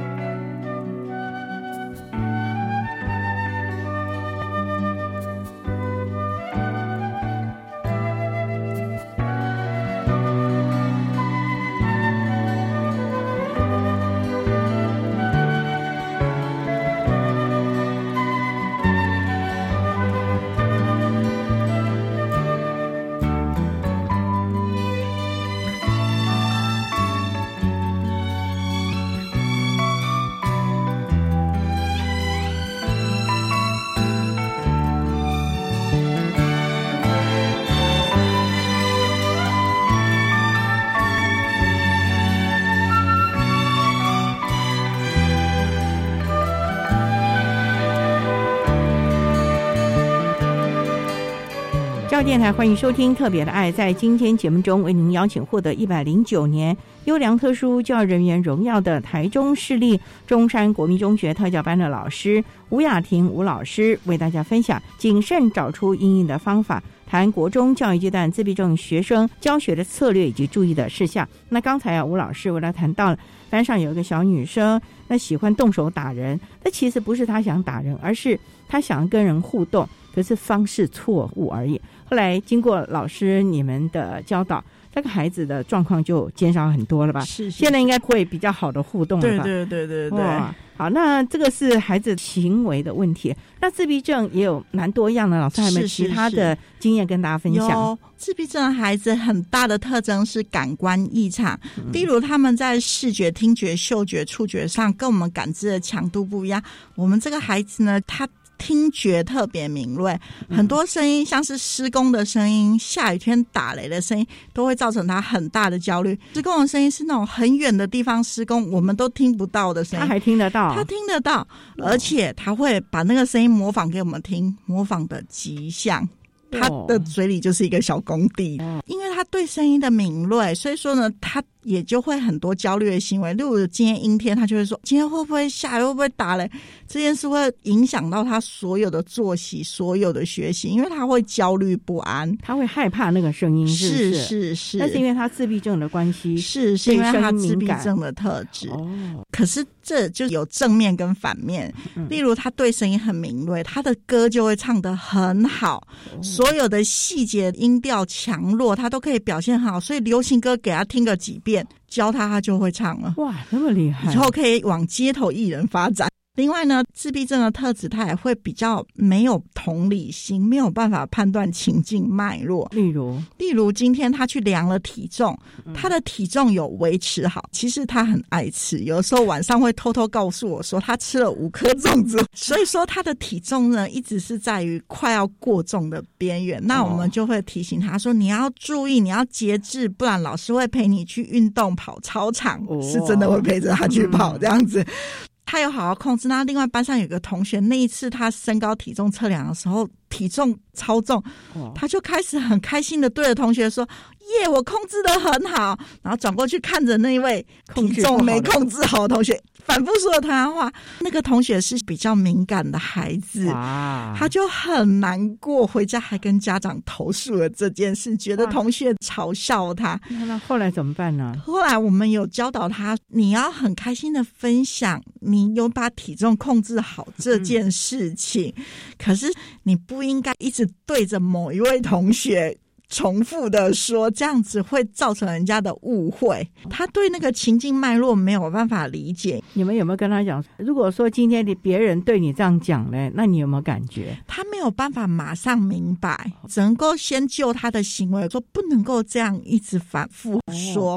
电台欢迎收听特别的爱，在今天节目中为您邀请获得109年优良特殊教育人员荣耀的台中市立中山国民中学特教班的老师吴雅婷吴老师，为大家分享谨慎找出因应的方法，谈国中教育阶段自闭症学生教学的策略以及注意的事项。那刚才吴老师为他谈到了班上有一个小女生，那喜欢动手打人，那其实不是她想打人，而是她想跟人互动，可是方式错误而已。后来经过老师你们的教导，这个孩子的状况就减少很多了吧？是现在应该会比较好的互动了吧？对。好，那这个是孩子行为的问题。那自闭症也有蛮多样的，老师还有没有其他的经验跟大家分享？ 有，自闭症的孩子很大的特征是感官异常，例如他们在视觉、听觉、嗅觉、触觉上跟我们感知的强度不一样。我们这个孩子呢，他听觉特别敏锐，很多声音像是施工的声音、下雨天打雷的声音都会造成他很大的焦虑。施工的声音是那种很远的地方施工我们都听不到的声音， 他还听得到， 他听得到，而且他会把那个声音模仿给我们听，模仿的极像，他的嘴里就是一个小工地。因为他对声音的敏锐，所以说呢他也就会很多焦虑的行为，例如今天阴天，他就会说今天会不会下雨，会不会打雷，这件事会影响到他所有的作息，所有的学习，因为他会焦虑不安， 他会害怕那个声音，是不是？ 是， 那是因为他自闭症的关系， 是因为他自闭症的特质。可是这就有正面跟反面，例如他对声音很敏锐，他的歌就会唱得很好，所有的细节音调强弱他都可以表现很好，所以流行歌给他听个几遍，教他就会唱了。 哇，那么厉害， 以后可以往街头艺人发展。另外呢，自闭症的特质他也会比较没有同理心，没有办法判断情境脉络。例如今天他去量了体重，他的体重有维持好，其实他很爱吃，有时候晚上会偷偷告诉我说他吃了5颗粽子，所以说他的体重呢一直是在于快要过重的边缘。那我们就会提醒他说你要注意，你要节制，不然老师会陪你去运动跑操场，是真的会陪着他去跑这样子。他有好好控制。那另外班上有个同学，那一次他身高体重测量的时候体重超重，他就开始很开心的对着同学说耶，我控制得很好，然后转过去看着那一位体重没控制好的同学，反复说同样话。那个同学是比较敏感的孩子，他就很难过，回家还跟家长投诉了这件事，觉得同学嘲笑他。 那后来怎么办呢？ 后来我们有教导他，你要很开心的分享你有把体重控制好这件事情，可是你不应该一直对着某一位同学重复的说，这样子会造成人家的误会，他对那个情境脉络没有办法理解。 你们有没有跟他讲，如果说今天别人对你这样讲呢，那你有没有感觉？ 他没有办法马上明白，只能够先就他的行为说不能够这样一直反复说，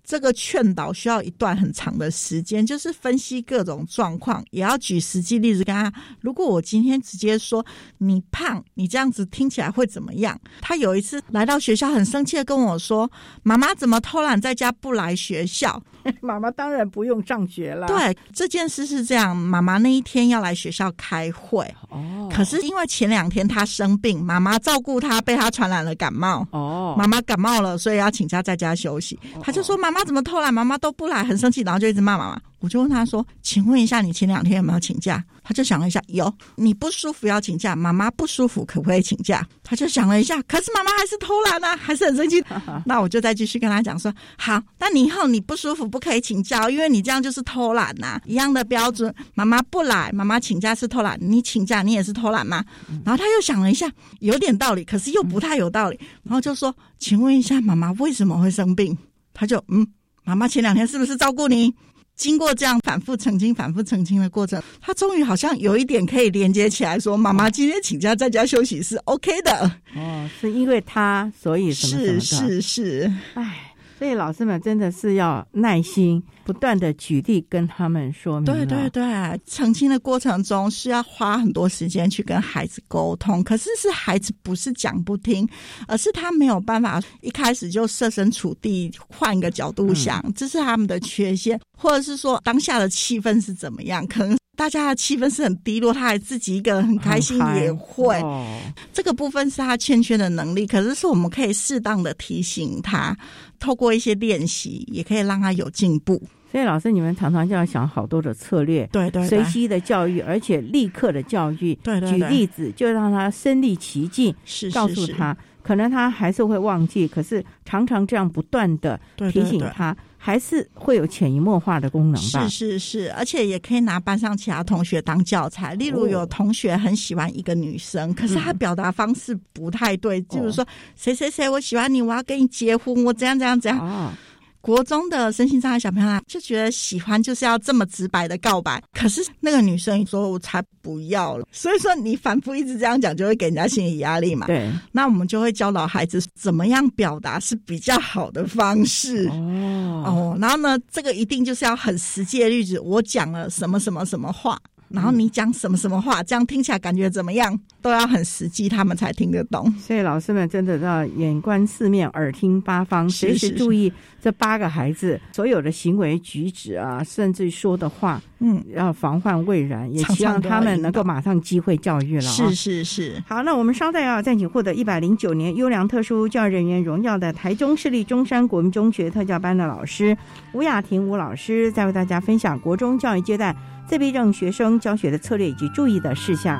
这个劝导需要一段很长的时间，就是分析各种状况，也要举实际例子跟他。如果我今天直接说你胖，你这样子听起来会怎么样？他有一次来到学校很生气的跟我说，妈妈怎么偷懒在家不来学校？ 妈妈当然不用上学了。 对，这件事是这样，妈妈那一天要来学校开会，可是因为前2天她生病，妈妈照顾她，被她传染了感冒，妈妈感冒了，所以要请假在家休息。她就说妈妈怎么偷懒，妈妈都不来，很生气，然后就一直骂妈妈。我就问她说，请问一下你前2天有没有请假？她就想了一下，有。你不舒服要请假，妈妈不舒服可不可以请假？她就想了一下，可是妈妈还是偷懒啊，还是很生气。那我就再继续跟她讲说，好，那你以后你不舒服不可以请假，因为你这样就是偷懒啊，一样的标准，妈妈不来，妈妈请假是偷懒，你请假你也是偷懒嘛。然后她又想了一下，有点道理，可是又不太有道理，然后就说，请问一下妈妈为什么会生病？她就妈妈前2天是不是照顾你？经过这样反复澄清的过程，他终于好像有一点可以连接起来，说妈妈今天请假在家休息是 OK 的。 是因为他所以什么什么的。 是。 所以老师们真的是要耐心不断的举例跟他们说明。 对，澄清的过程中是要花很多时间去跟孩子沟通，可是孩子不是讲不听，而是他没有办法一开始就设身处地换一个角度想，这是他们的缺陷，或者是说当下的气氛是怎么样，可能大家的气氛是很低落，他还自己一个人很开心也会，这个部分是他欠缺的能力，可是我们可以适当的提醒他，透过一些练习也可以让他有进步。 所以老师你们常常就要想好多的策略， 对， 随机的教育，而且立刻的教育， 对， 举例子就让他身临其境，告诉他，可能他还是会忘记，可是常常这样不断的提醒他，还是会有潜移默化的功能吧。 是，而且也可以拿班上其他同学当教材。例如有同学很喜欢一个女生，可是他表达方式不太对，就是说谁谁谁我喜欢你，我要跟你结婚，我怎样。国中的身心障碍小朋友就觉得喜欢就是要这么直白的告白，可是那个女生说我才不要了，所以说你反复一直这样讲就会给人家心理压力嘛。 对， 那我们就会教导孩子怎么样表达是比较好的方式。然后呢，这个一定就是要很实际的例子，我讲了什么什么什么话，然后你讲什么什么话，这样听起来感觉怎么样，都要很实际，他们才听得懂。 所以老师们真的要眼观四面，耳听八方，随时注意这8个孩子所有的行为举止啊，甚至说的话，要防患未然，也希望他们能够马上机会教育了。 是。 好，那我们稍待要暂请获得109年优良特殊教育人员荣耀的台中市立中山国民中学特教班的老师吴雅婷吴老师，再为大家分享国中教育阶段自闭症学生教学的策略以及注意的事项。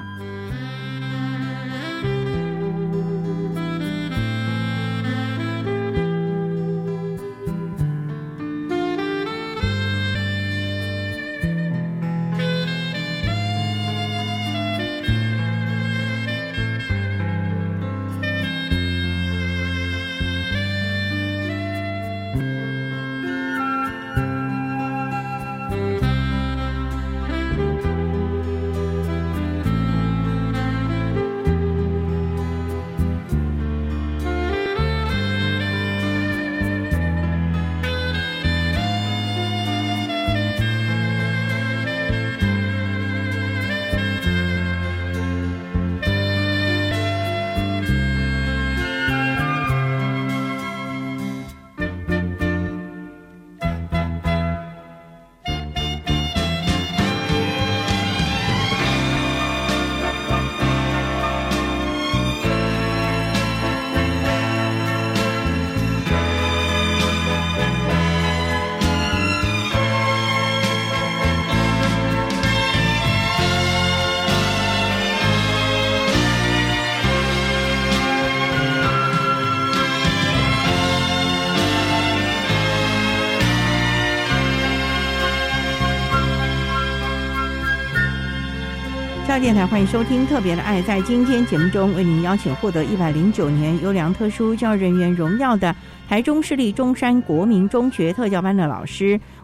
教育电台，欢迎收听特别的爱。在今天节目中，为您邀请获得109年优良特殊教育人员荣耀的台中市立中山国民中学特教班的老师吴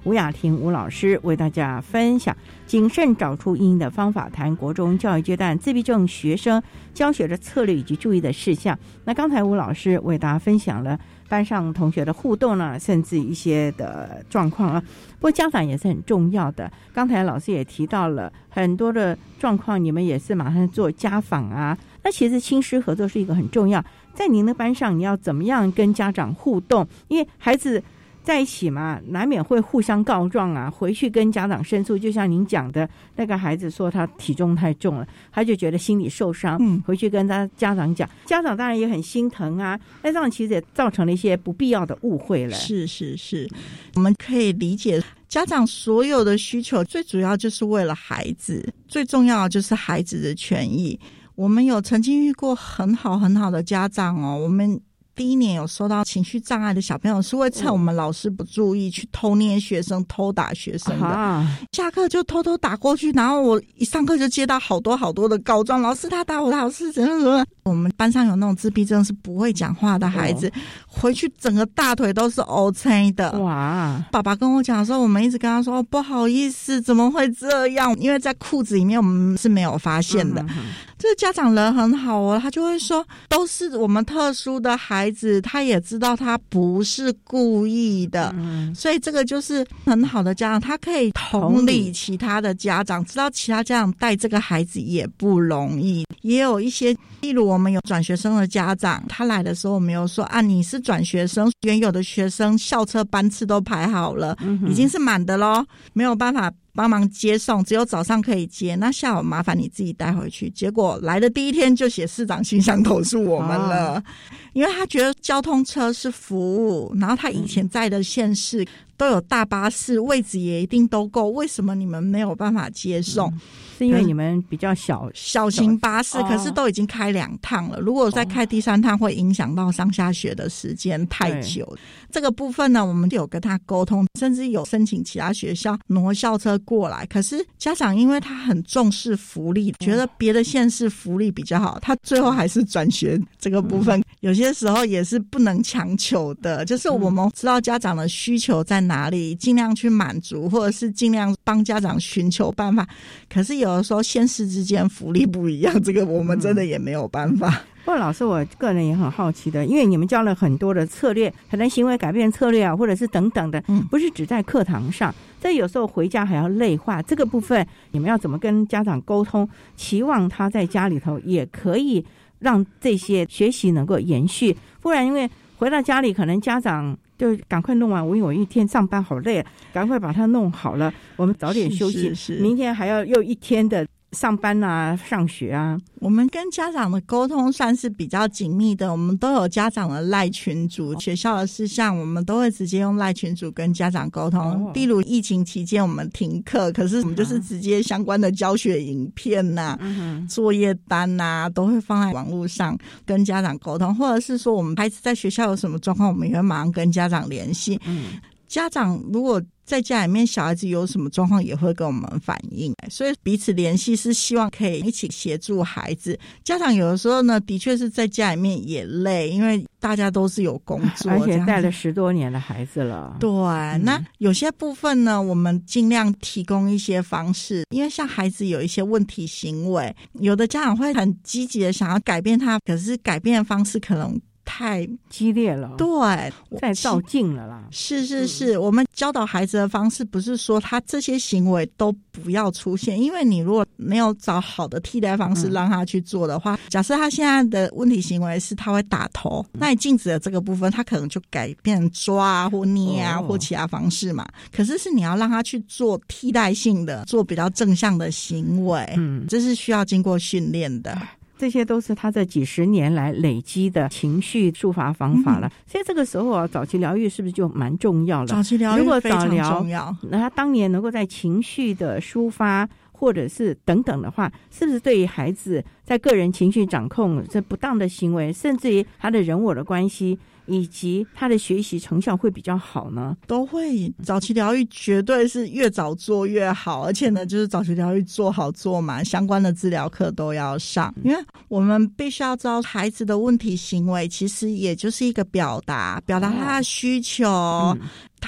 吴雅婷吴老师为大家分享谨慎找出因应的方法，谈国中教育阶段自闭症学生教学的策略以及注意的事项。那刚才吴老师为大家分享了班上同学的互动呢，甚至一些的状况啊。不过家长也是很重要的，刚才老师也提到了很多的状况，你们也是马上做家访啊。那其实亲师合作是一个很重要，在您的班上你要怎么样跟家长互动？因为孩子在一起嘛，难免会互相告状啊，回去跟家长申诉。就像您讲的，那个孩子说他体重太重了，他就觉得心里受伤，回去跟他家长讲，家长当然也很心疼啊，那这样其实也造成了一些不必要的误会了。 是，我们可以理解家长所有的需求，最主要就是为了孩子，最重要的就是孩子的权益。我们有曾经遇过很好的家长哦，我们第一年有收到情绪障碍的小朋友是会趁我们老师不注意去偷捏学生、偷打学生的，下课就偷偷打过去，然后我一上课就接到好多的告状，老师他打我，老师怎么。我们班上有那种自闭症是不会讲话的孩子，回去整个大腿都是 OK 的。哇！爸爸跟我讲的时候，我们一直跟他说不好意思，怎么会这样？因为在裤子里面我们是没有发现的。这个家长人很好哦，他就会说都是我们特殊的孩子，他也知道他不是故意的，所以这个就是很好的家长，他可以同理其他的家长，知道其他家长带这个孩子也不容易。也有一些，例如我们有转学生的家长，他来的时候我们有说啊，你是转学生，原有的学生校车班次都排好了，已经是满的咯，没有办法帮忙接送，只有早上可以接，那下午麻烦你自己带回去。结果来的第一天就写市长信箱投诉我们了，因为他觉得交通车是服务，然后他以前在的县市都有大巴士，位置也一定都够，为什么你们没有办法接送？ 是因为你们比较小型巴士，可是都已经开2趟了，如果再开第3趟会影响到上下学的时间太久。这个部分呢，我们有跟他沟通，甚至有申请其他学校挪校车过来，可是家长因为他很重视福利，觉得别的县市福利比较好，他最后还是转学。这个部分有些时候也是不能强求的，就是我们知道家长的需求在哪里，尽量去满足，或者是尽量帮家长寻求办法。可是有的时候县市之间福利不一样，这个我们真的也没有办法。 不过老师，我个人也很好奇的，因为你们教了很多的策略，可能行为改变策略啊，或者是等等的，不是只在课堂上，这有时候回家还要内化。这个部分你们要怎么跟家长沟通，期望他在家里头也可以让这些学习能够延续，不然因为回到家里可能家长就赶快弄完，因为我一天上班好累，赶快把它弄好了，我们早点休息，明天还要又一天的上班啊上学啊。 我们跟家长的沟通算是比较紧密的，我们都有家长的赖群组，学校的事项我们都会直接用赖群组跟家长沟通。例如疫情期间我们停课，可是我们就是直接相关的教学影片啊、作业单啊都会放在网络上跟家长沟通，或者是说我们孩子在学校有什么状况，我们也会马上跟家长联系。家长如果在家里面小孩子有什么状况也会跟我们反映，所以彼此联系是希望可以一起协助孩子。家长有的时候呢的确是在家里面也累，因为大家都是有工作， 而且带了10多年的孩子了。 对，那有些部分呢我们尽量提供一些方式，因为像孩子有一些问题行为，有的家长会很积极的想要改变他，可是改变的方式可能太激烈了， 对， 太照进了啦。 是，我们教导孩子的方式不是说他这些行为都不要出现，因为你如果没有找好的替代方式让他去做的话，假设他现在的问题行为是他会打头，那你禁止了这个部分，他可能就改变抓啊或捏啊或其他方式嘛。可是你要让他去做替代性的，做比较正向的行为，这是需要经过训练的。 这些都是他这几10年来累积的情绪抒发方法了，所以这个时候啊，早期疗愈是不是就蛮重要了？ 早期疗愈非常重要。 那他当年能够在情绪的抒发或者是等等的话，是不是对于孩子在个人情绪掌控这不当的行为，甚至于他的人我的关系以及他的学习成效会比较好呢？ 都会。早期疗愈绝对是越早做越好，而且呢就是早期疗愈做好做满，相关的治疗课都要上，因为我们必须要知道孩子的问题行为其实也就是一个表达他的需求，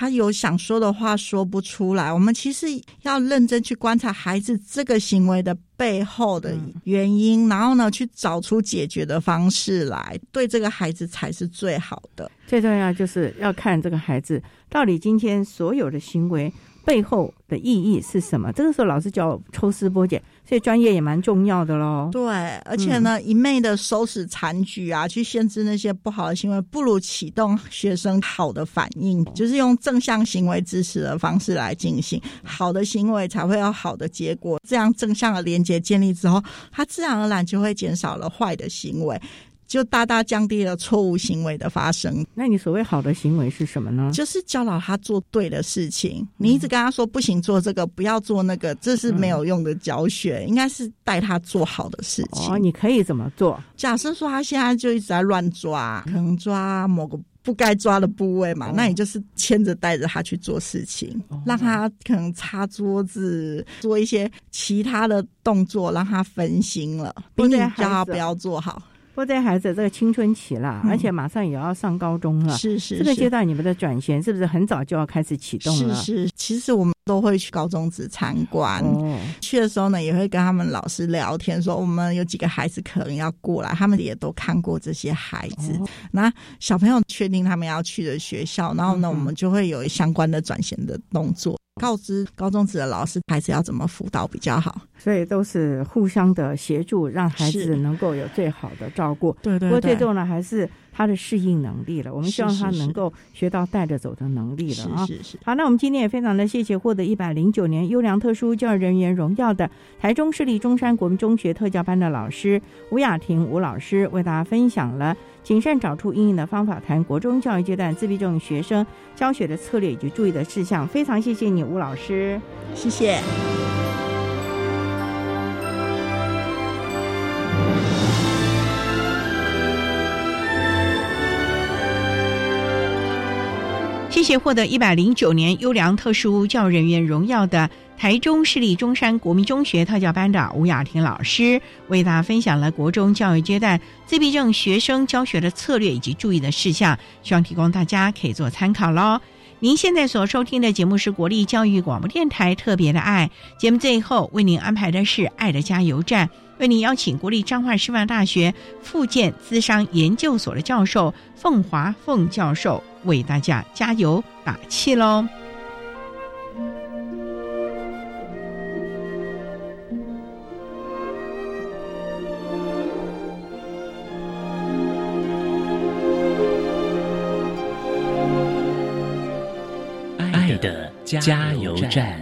他有想说的话说不出来。我们其实要认真去观察孩子这个行为的背后的原因，然后呢去找出解决的方式来，对这个孩子才是最好的。 最重要就是要看这个孩子到底今天所有的行为背后的意义是什么，这个时候老师就要抽丝剥茧，所以专业也蛮重要的咯。 对，而且呢一昧的收拾残局啊，去限制那些不好的行为，不如启动学生好的反应，就是用正向行为支持的方式来进行，好的行为才会有好的结果，这样正向的连结建立之后，它自然而然就会减少了坏的行为，就大大降低了错误行为的发生。 那你所谓好的行为是什么呢？ 就是教导他做对的事情。你一直跟他说不行做这个，不要做那个，这是没有用的教学，应该是带他做好的事情。 你可以怎么做？ 假设说他现在就一直在乱抓，可能抓某个不该抓的部位嘛，那你就是牵着带着他去做事情，让他可能擦桌子，做一些其他的动作，让他分心了，比你叫他不要做好。 不过这孩子这个青春期啦，而且马上也要上高中了， 是这个阶段你们的转衔是不是很早就要开始启动了？ 是，其实我们都会去高中职参观，去的时候呢也会跟他们老师聊天，说我们有几个孩子可能要过来，他们也都看过这些孩子，那小朋友确定他们要去的学校，然后呢我们就会有相关的转衔的动作，告知高中职的老师孩子要怎么辅导比较好。 所以都是互相的协助，让孩子能够有最好的照顾。对，不过最重要的还是他的适应能力了，我们希望他能够学到带着走的能力了啊。是。好，那我们今天也非常的谢谢获得109年优良特殊教育人员荣耀的台中市立中山国民中学特教班的老师吴雅婷吴老师，为大家分享了谨慎找出因应的方法，谈国中教育阶段自闭症学生教学的策略以及注意的事项。非常谢谢你吴老师。 谢谢。 谢谢获得109年优良特殊教育人员荣耀的台中市立中山国民中学特教班的吴雅婷老师，为大家分享了国中教育阶段自闭症学生教学的策略以及注意的事项，希望提供大家可以做参考咯。您现在所收听的节目是国立教育广播电台特别的爱节目，最后为您安排的是爱的加油站，为您邀请国立彰化师范大学复健咨商研究所的教授凤华凤教授为大家加油打气咯。 爱的加油站。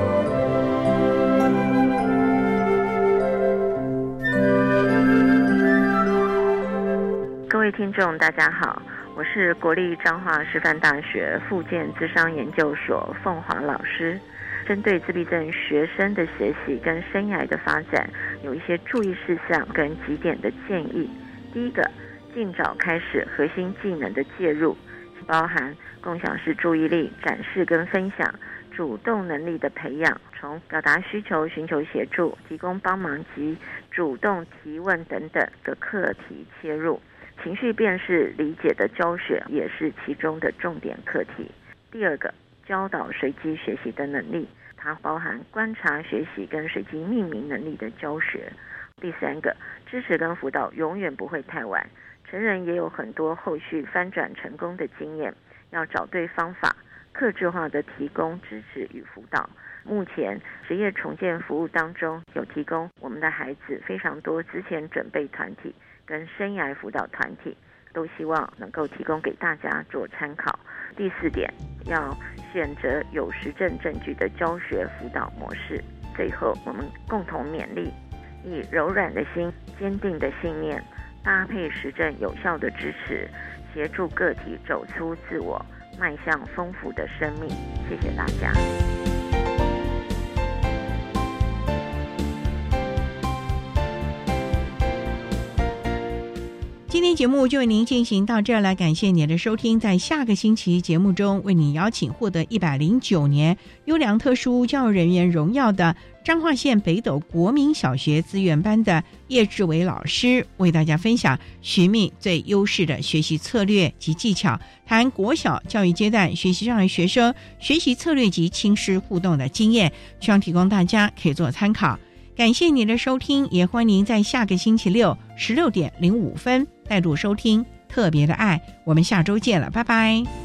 各位听众大家好，我是国立彰化师范大学复健咨商研究所凤华老师。针对自闭症学生的学习跟生涯的发展，有一些注意事项跟几点的建议。第一个，尽早开始核心技能的介入，包含共享式注意力、展示跟分享、主动能力的培养，从表达需求、寻求协助、提供帮忙及主动提问等等的课题切入。情绪辨识理解的教学也是其中的重点课题。第二个，教导随机学习的能力，它包含观察学习跟随机命名能力的教学。第三个，支持跟辅导永远不会太晚，成人也有很多后续翻转成功的经验，要找对方法，客制化的提供支持与辅导。目前职业重建服务当中有提供我们的孩子非常多之前准备团体跟生涯辅导团体，都希望能够提供给大家做参考。第四点，要选择有实证证据的教学辅导模式。最后，我们共同勉励，以柔软的心、坚定的信念，搭配实证有效的支持，协助个体走出自我，迈向丰富的生命。谢谢大家。 今天天节目就为您进行到这儿了，感谢您的收听。在下个星期节目中，为您邀请获得109年优良特殊教育人员荣耀的彰化县北斗国民小学资源班的叶志伟老师，为大家分享寻觅最优势的学习策略及技巧，谈国小教育阶段学习障碍学生学习策略及亲师互动的经验，希望提供大家可以做参考。感谢您的收听，也欢迎您在下个星期六16:05再度收听特别的爱。我们下周见了，拜拜。